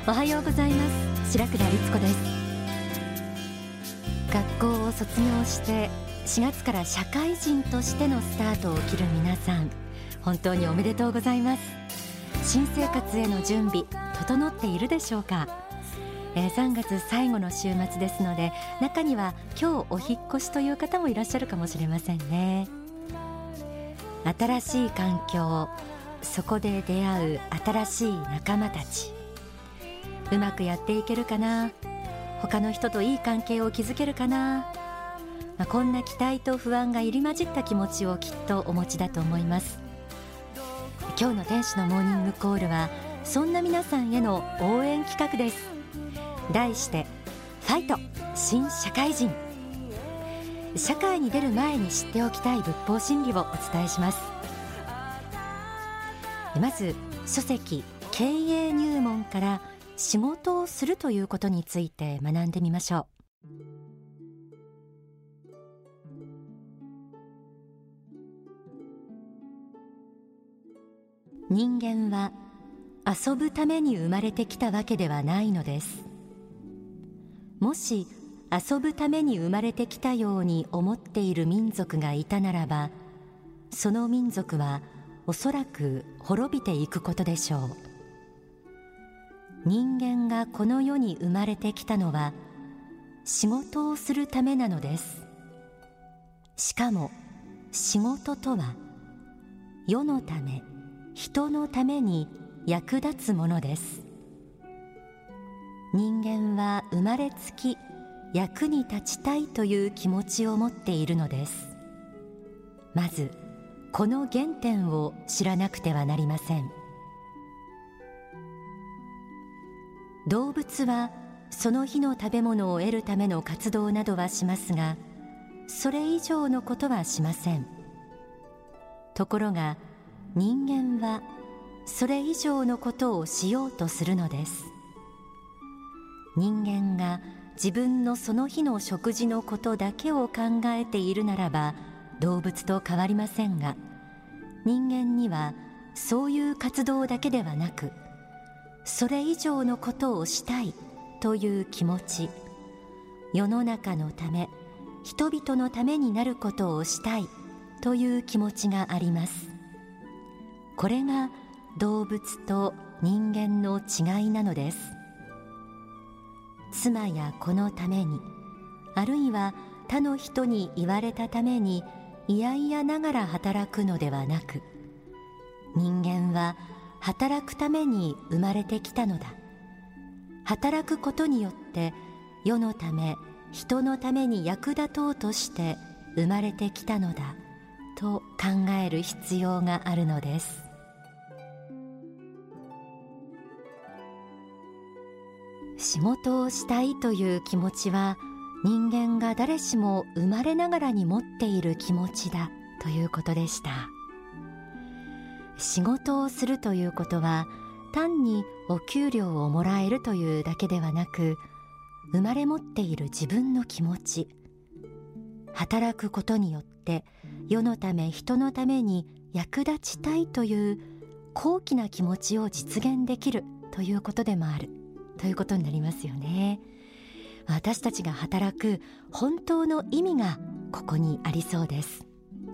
おはようございます。白倉律子です。学校を卒業して4月から社会人としてのスタートを切る皆さん、本当におめでとうございます。新生活への準備整っているでしょうか。3月最後の週末ですので、中には今日お引っ越しという方もいらっしゃるかもしれませんね。新しい環境、そこで出会う新しい仲間たち、うまくやっていけるかな、他の人といい関係を築けるかな、こんな期待と不安が入り混じった気持ちをきっとお持ちだと思います。今日の天使のモーニングコールはそんな皆さんへの応援企画です。題してファイト新社会人。社会に出る前に知っておきたい仏法真理をお伝えします。まず書籍経営入門から仕事をするということについて学んでみましょう。人間は遊ぶために生まれてきたわけではないのです。もし遊ぶために生まれてきたように思っている民族がいたならば、その民族はおそらく滅びていくことでしょう。人間がこの世に生まれてきたのは仕事をするためなのです。しかも仕事とは世のため、人のために役立つものです。人間は生まれつき役に立ちたいという気持ちを持っているのです。まずこの原点を知らなくてはなりません。動物はその日の食べ物を得るための活動などはしますが、それ以上のことはしません。ところが人間はそれ以上のことをしようとするのです。人間が自分のその日の食事のことだけを考えているならば動物と変わりませんが、人間にはそういう活動だけではなく、それ以上のことをしたいという気持ち、世の中のため、人々のためになることをしたいという気持ちがあります。これが動物と人間の違いなのです。妻や子のために、あるいは他の人に言われたためにいやいやながら働くのではなく、人間は働くために生まれてきたのだ。働くことによって世のため、人のために役立とうとして生まれてきたのだと考える必要があるのです。仕事をしたいという気持ちは人間が誰しも生まれながらに持っている気持ちだということでした。仕事をするということは単にお給料をもらえるというだけではなく、生まれ持っている自分の気持ち、働くことによって世のため、人のために役立ちたいという高貴な気持ちを実現できるということでもあるということになりますよね。私たちが働く本当の意味がここにありそうです。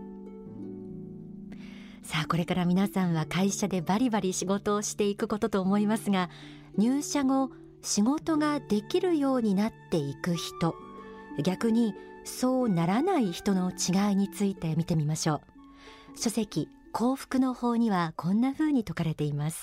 さあ、これから皆さんは会社でバリバリ仕事をしていくことと思いますが、入社後仕事ができるようになっていく人、逆にそうならない人の違いについて見てみましょう。書籍幸福の法にはこんな風に説かれています。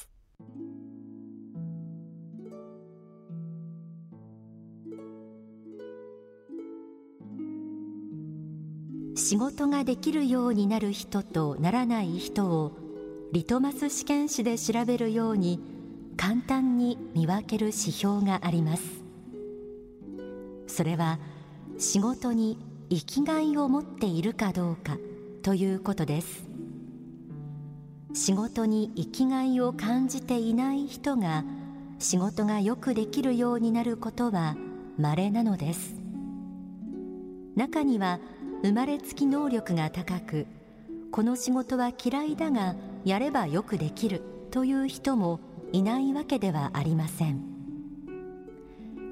仕事ができるようになる人とならない人をリトマス試験紙で調べるように簡単に見分ける指標があります。それは仕事に生きがいを持っているかどうかということです。仕事に生きがいを感じていない人が仕事がよくできるようになることは稀なのです。中には生まれつき能力が高く、この仕事は嫌いだがやればよくできるという人もいないわけではありません。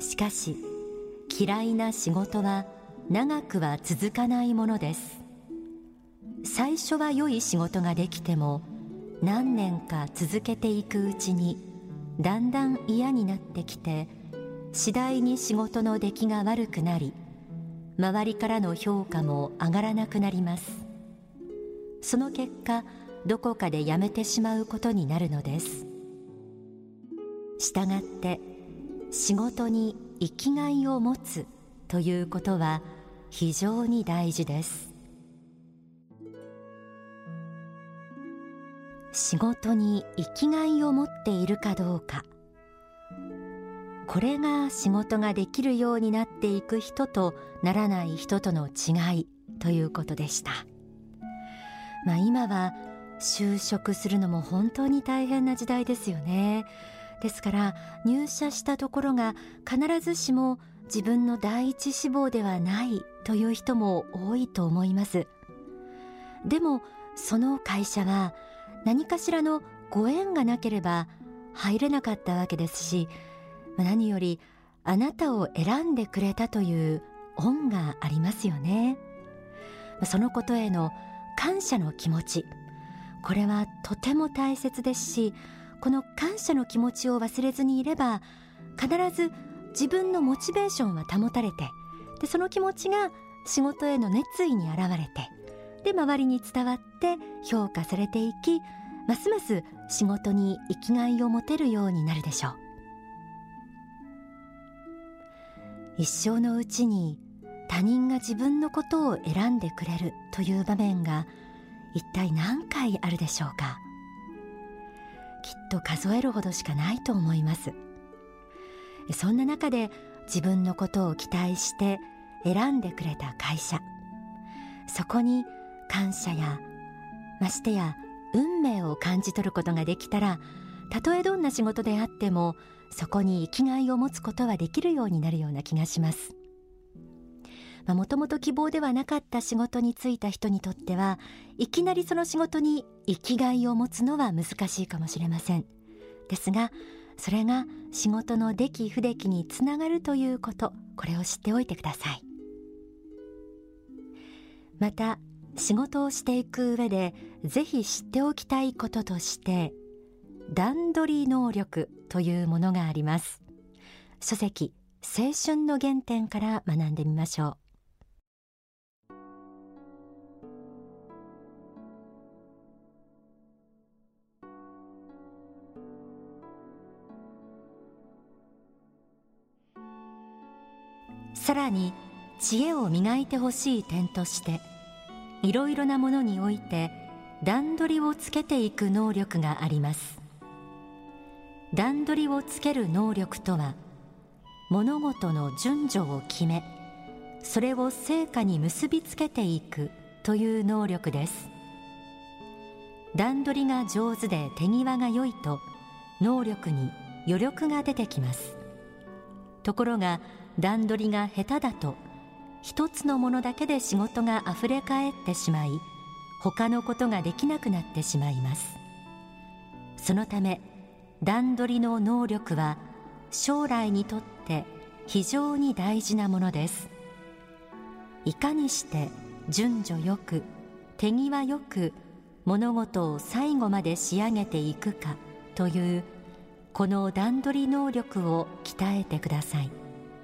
しかし嫌いな仕事は長くは続かないものです。最初は良い仕事ができても何年か続けていくうちにだんだん嫌になってきて、次第に仕事の出来が悪くなり、周りからの評価も上がらなくなります。その結果、どこかで辞めてしまうことになるのです。したがって仕事に生きがいを持つということは非常に大事です。仕事に生きがいを持っているかどうか、これが仕事ができるようになっていく人とならない人との違いということでした。今は就職するのも本当に大変な時代ですよね。ですから入社したところが必ずしも自分の第一志望ではないという人も多いと思います。でもその会社は何かしらのご縁がなければ入れなかったわけですし、何よりあなたを選んでくれたという恩がありますよね。そのことへの感謝の気持ち、これはとても大切ですし、この感謝の気持ちを忘れずにいれば必ず自分のモチベーションは保たれて、でその気持ちが仕事への熱意に現れて、で周りに伝わって評価されていき、ますます仕事に生きがいを持てるようになるでしょう。一生のうちに他人が自分のことを選んでくれるという場面が一体何回あるでしょうか。きっと数えるほどしかないと思います。そんな中で自分のことを期待して選んでくれた会社、そこに感謝やましてや運命を感じ取ることができたら、たとえどんな仕事であってもそこに生きがいを持つことはできるようになるような気がします。もともと希望ではなかった仕事に就いた人にとってはいきなりその仕事に生きがいを持つのは難しいかもしれません。ですがそれが仕事の出来不出来につながるということ、これを知っておいてください。また仕事をしていく上でぜひ知っておきたいこととして、段取り能力というものがあります。書籍青春の原点から学んでみましょう。さらに知恵を磨いてほしい点として、いろいろなものにおいて段取りをつけていく能力があります。段取りをつける能力とは、物事の順序を決め、それを成果に結びつけていくという能力です。段取りが上手で手際が良いと能力に余力が出てきます。ところが段取りが下手だと、一つのものだけで仕事があふれかえってしまい、他のことができなくなってしまいます。そのため段取りの能力は将来にとって非常に大事なものです。いかにして順序よく手際よく物事を最後まで仕上げていくかという、この段取り能力を鍛えてください。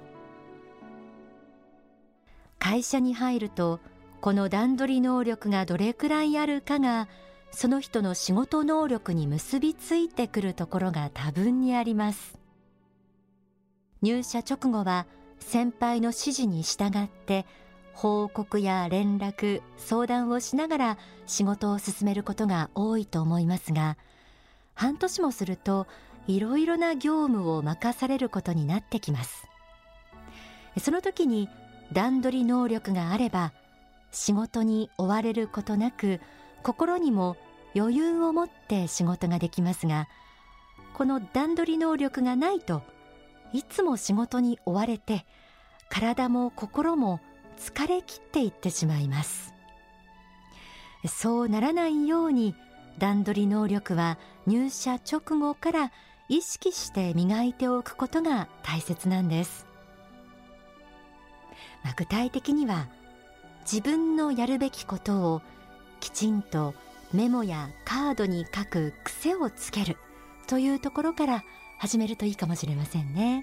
会社に入ると、この段取り能力がどれくらいあるかがその人の仕事能力に結びついてくるところが多分にあります。入社直後は先輩の指示に従って報告や連絡、相談をしながら仕事を進めることが多いと思いますが、半年もするといろいろな業務を任されることになってきます。その時に段取り能力があれば、仕事に追われることなく心にも余裕を持って仕事ができますが、この段取り能力がないといつも仕事に追われて、体も心も疲れ切っていってしまいます。そうならないように段取り能力は入社直後から意識して磨いておくことが大切なんです。 具体的には自分のやるべきことをきちんとメモやカードに書く癖をつけるというところから始めるといいかもしれませんね。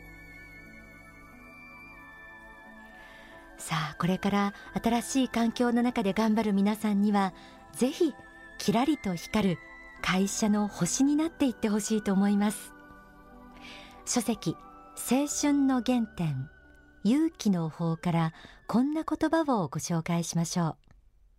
さあ、これから新しい環境の中で頑張る皆さんには、ぜひキラリと光る会社の星になっていってほしいと思います。書籍青春の原点、勇気の方からこんな言葉をご紹介しましょう。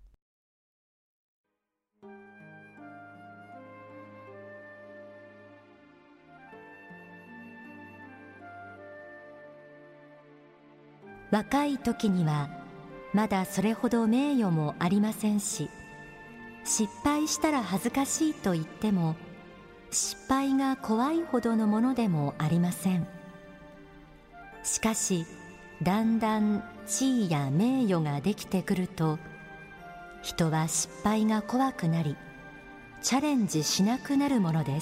若い時にはまだそれほど名誉もありませんし、失敗したら恥ずかしいと言っても失敗が怖いほどのものでもありません。しかしだんだん地位や名誉ができてくると、人は失敗が怖くなりチャレンジしなくなるものです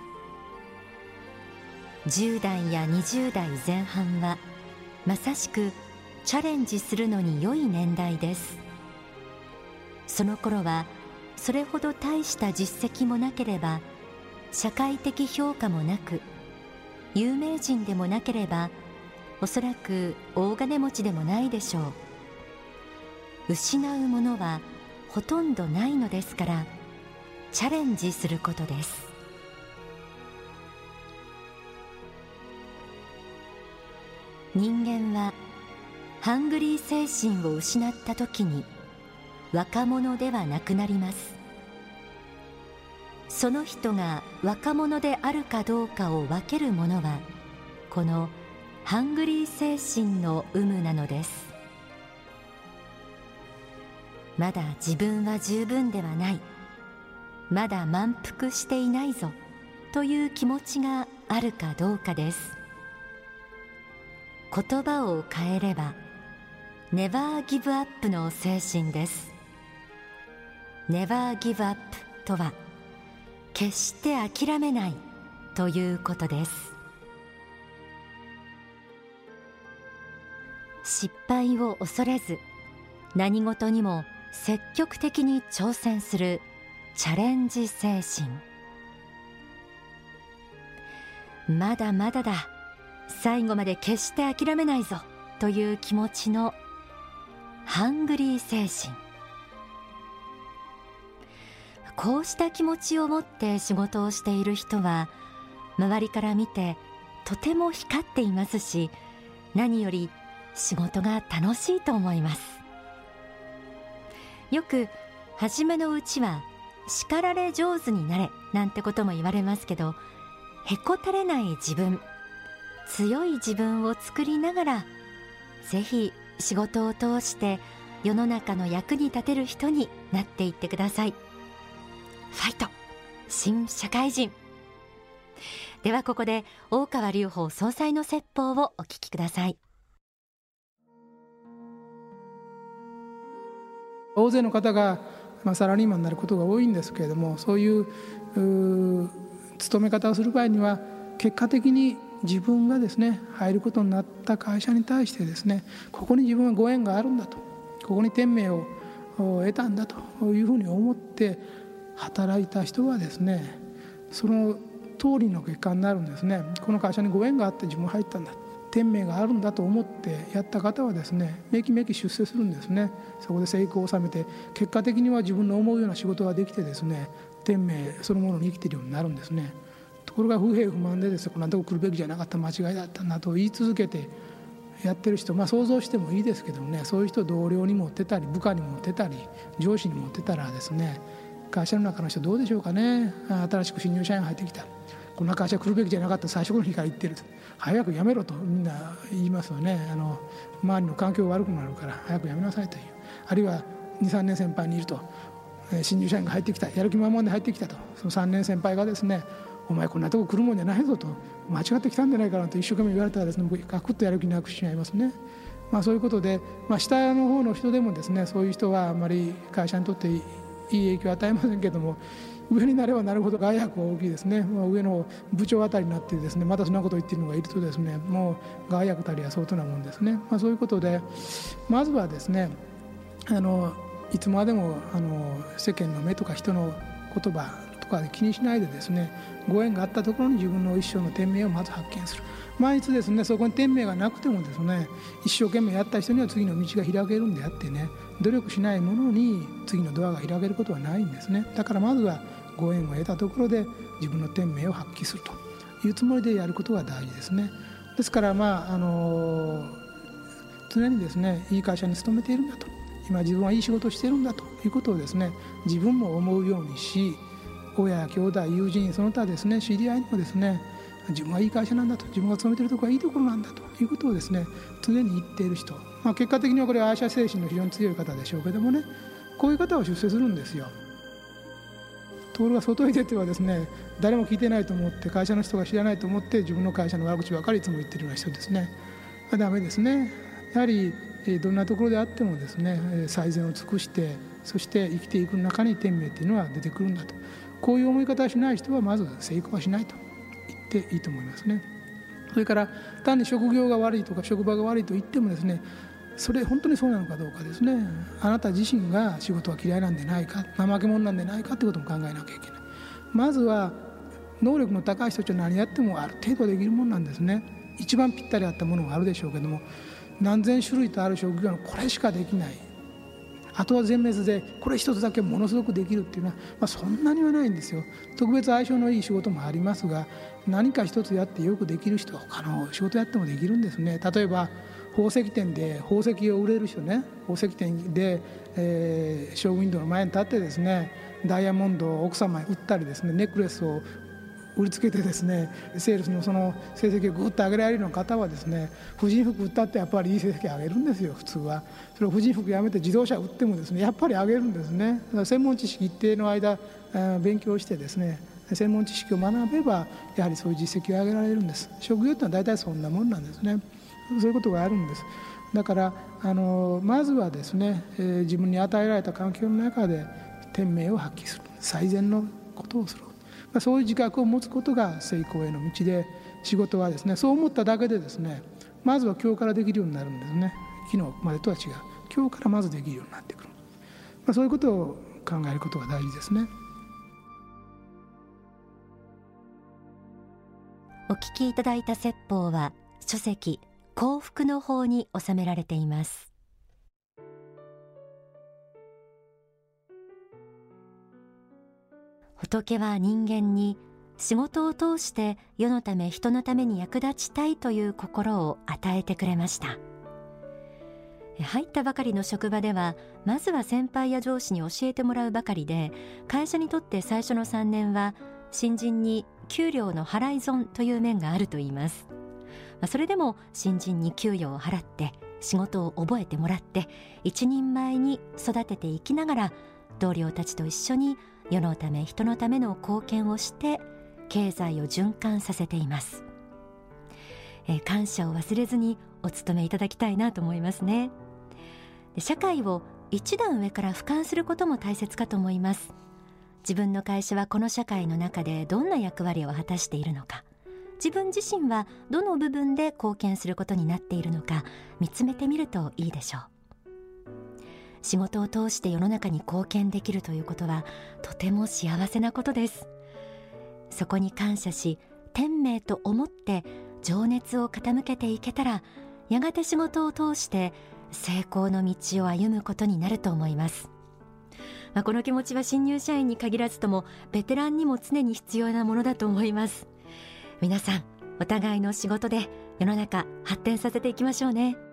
。10代や20代前半はまさしくチャレンジするのに良い年代です。その頃はそれほど大した実績もなければ、社会的評価もなく、有名人でもなければ、おそらく大金持ちでもないでしょう。失うものはほとんどないのですから、チャレンジすることです。人間はハングリー精神を失った時に若者ではなくなります。その人が若者であるかどうかを分けるものは、このハングリー精神の有無なのです。まだ自分は十分ではない、まだ満腹していないぞという気持ちがあるかどうかです。言葉を変えればネバーギブアップの精神です。ネバーギブアップとは決して諦めないということです。失敗を恐れず、何事にも積極的に挑戦するチャレンジ精神。まだまだだ、最後まで決して諦めないぞという気持ちのハングリー精神。こうした気持ちを持って仕事をしている人は、周りから見てとても光っていますし、何より仕事が楽しいと思います。よく初めのうちは叱られ上手になれなんてことも言われますけど、へこたれない自分、強い自分を作りながら、ぜひ仕事を通して世の中の役に立てる人になっていってください。ファイト新社会人。ではここで大川隆法総裁の説法をお聞きください。 大勢の方が、サラリーマンになることが多いんですけれども、そういう勤め方をする場合には、結果的に自分がですね入ることになった会社に対してですね、ここに自分はご縁があるんだと、ここに天命を得たんだというふうに思って働いた人はですね、その通りの結果になるんですね。この会社にご縁があって自分が入ったんだ、天命があるんだと思ってやった方はですね、めきめき出世するんですね。そこで成功を収めて、結果的には自分の思うような仕事ができてですね、天命そのものに生きているようになるんですね。ところが不平不満でですね、こんなとこ来るべきじゃなかった、間違いだったなと言い続けてやってる人、想像してもいいですけどね、そういう人を同僚に持ってたり、部下に持ってたり、上司に持ってたらですね、会社の中の人どうでしょうかね。新しく新入社員が入ってきた、こんな会社来るべきじゃなかった、最初の日から言ってる、早く辞めろとみんな言いますよね。周りの環境が悪くなるから早く辞めなさいという。あるいは 2,3 年先輩にいると、新入社員が入ってきた、やる気満々で入ってきたと、その3年先輩がですね、お前こんなとこ来るもんじゃないぞと、間違ってきたんじゃないかなと一生懸命言われたらですね、ガクッとやる気なくしちゃいますね。そういうことで、下の方の人でもですね、そういう人はあまり会社にとっていい影響を与えませんけども、 上になればなるほど害悪が大きいですね。上の部長あたりになってですね、またそんなことを言っているのがいるとですね、もう害悪たりは相当なもんですね。そういうことでまずはですね、いつまでも世間の目とか人の言葉とかで気にしないでですね、ご縁があったところに自分の一生の天命をまず発見する。毎日ですね、そこに天命がなくてもですね、一生懸命やった人には次の道が開けるんであってね、努力しない者に次のドアが開けることはないんですね。だからまずはご縁を得たところで自分の天命を発揮するというつもりでやることが大事ですね。ですから常にですね、いい会社に勤めているんだと、今自分はいい仕事をしているんだということをですね、自分も思うようにし、親や兄弟、友人、その他ですね、知り合いにもですね、自分はいい会社なんだと、自分が勤めているところはいいところなんだということをですね、常に言っている人、結果的にはこれは愛社精神の非常に強い方でしょうけどもね、こういう方は出世するんですよ。ところが外に出てはですね、誰も聞いてないと思って、会社の人が知らないと思って自分の会社の悪口ばかりいつも言っているような人ですね、ダメですね。やはりどんなところであってもですね、最善を尽くして、そして生きていく中に天命というのは出てくるんだと、こういう思い方をしない人はまず成功はしないと言っていいと思いますね。それから単に職業が悪いとか職場が悪いと言ってもですね、それ本当にそうなのかどうかですね。あなた自身が仕事は嫌いなんでないか、怠け者なんでないかということも考えなきゃいけない。まずは能力の高い人たちは何やってもある程度できるものなんですね。一番ぴったり合ったものがあるでしょうけども、何千種類とある職業のこれしかできない、あとは全滅でこれ一つだけものすごくできるっていうのは、そんなにはないんですよ。特別相性のいい仕事もありますが、何か一つやってよくできる人は他の仕事やってもできるんですね。例えば宝石店で宝石を売れる人ね、宝石店で、ショーウィンドウの前に立ってですね、ダイヤモンドを奥様に売ったりですね、ネックレスを売りつけてですね、セールスのその成績をぐっと上げられるような方はですね、婦人服売ったってやっぱりいい成績上げるんですよ。普通はそれを婦人服やめて自動車売ってもですね、やっぱり上げるんですね。だから専門知識一定の間勉強してですね、専門知識を学べばやはりそういう実績を上げられるんです。職業ってのは大体そんなもんなんですね。そういうことがあるんです。だからまずはですね、自分に与えられた環境の中で天命を発揮する、最善のことをする、そういう自覚を持つことが成功への道で、仕事はですね、そう思っただけでですね、まずは今日からできるようになるんですね。昨日までとは違う、今日からまずできるようになってくる、そういうことを考えることが大事ですね。 お聞きいただいた説法は書籍幸福の法に収められています。仏は人間に仕事を通して世のため人のために役立ちたいという心を与えてくれました。入ったばかりの職場ではまずは先輩や上司に教えてもらうばかりで、会社にとって最初の3年は新人に給料の払い損という面があるといいます。それでも新人に給与を払って仕事を覚えてもらって一人前に育てていきながら、同僚たちと一緒に世のため人のための貢献をして経済を循環させています。感謝を忘れずにお勤めいただきたいなと思いますね。社会を一段上から俯瞰することも大切かと思います。自分の会社はこの社会の中でどんな役割を果たしているのか、自分自身はどの部分で貢献することになっているのか見つめてみるといいでしょう。仕事を通して世の中に貢献できるということはとても幸せなことです。そこに感謝し、天命と思って情熱を傾けていけたら、やがて仕事を通して成功の道を歩むことになると思います。この気持ちは新入社員に限らずともベテランにも常に必要なものだと思います。皆さん、お互いの仕事で世の中発展させていきましょうね。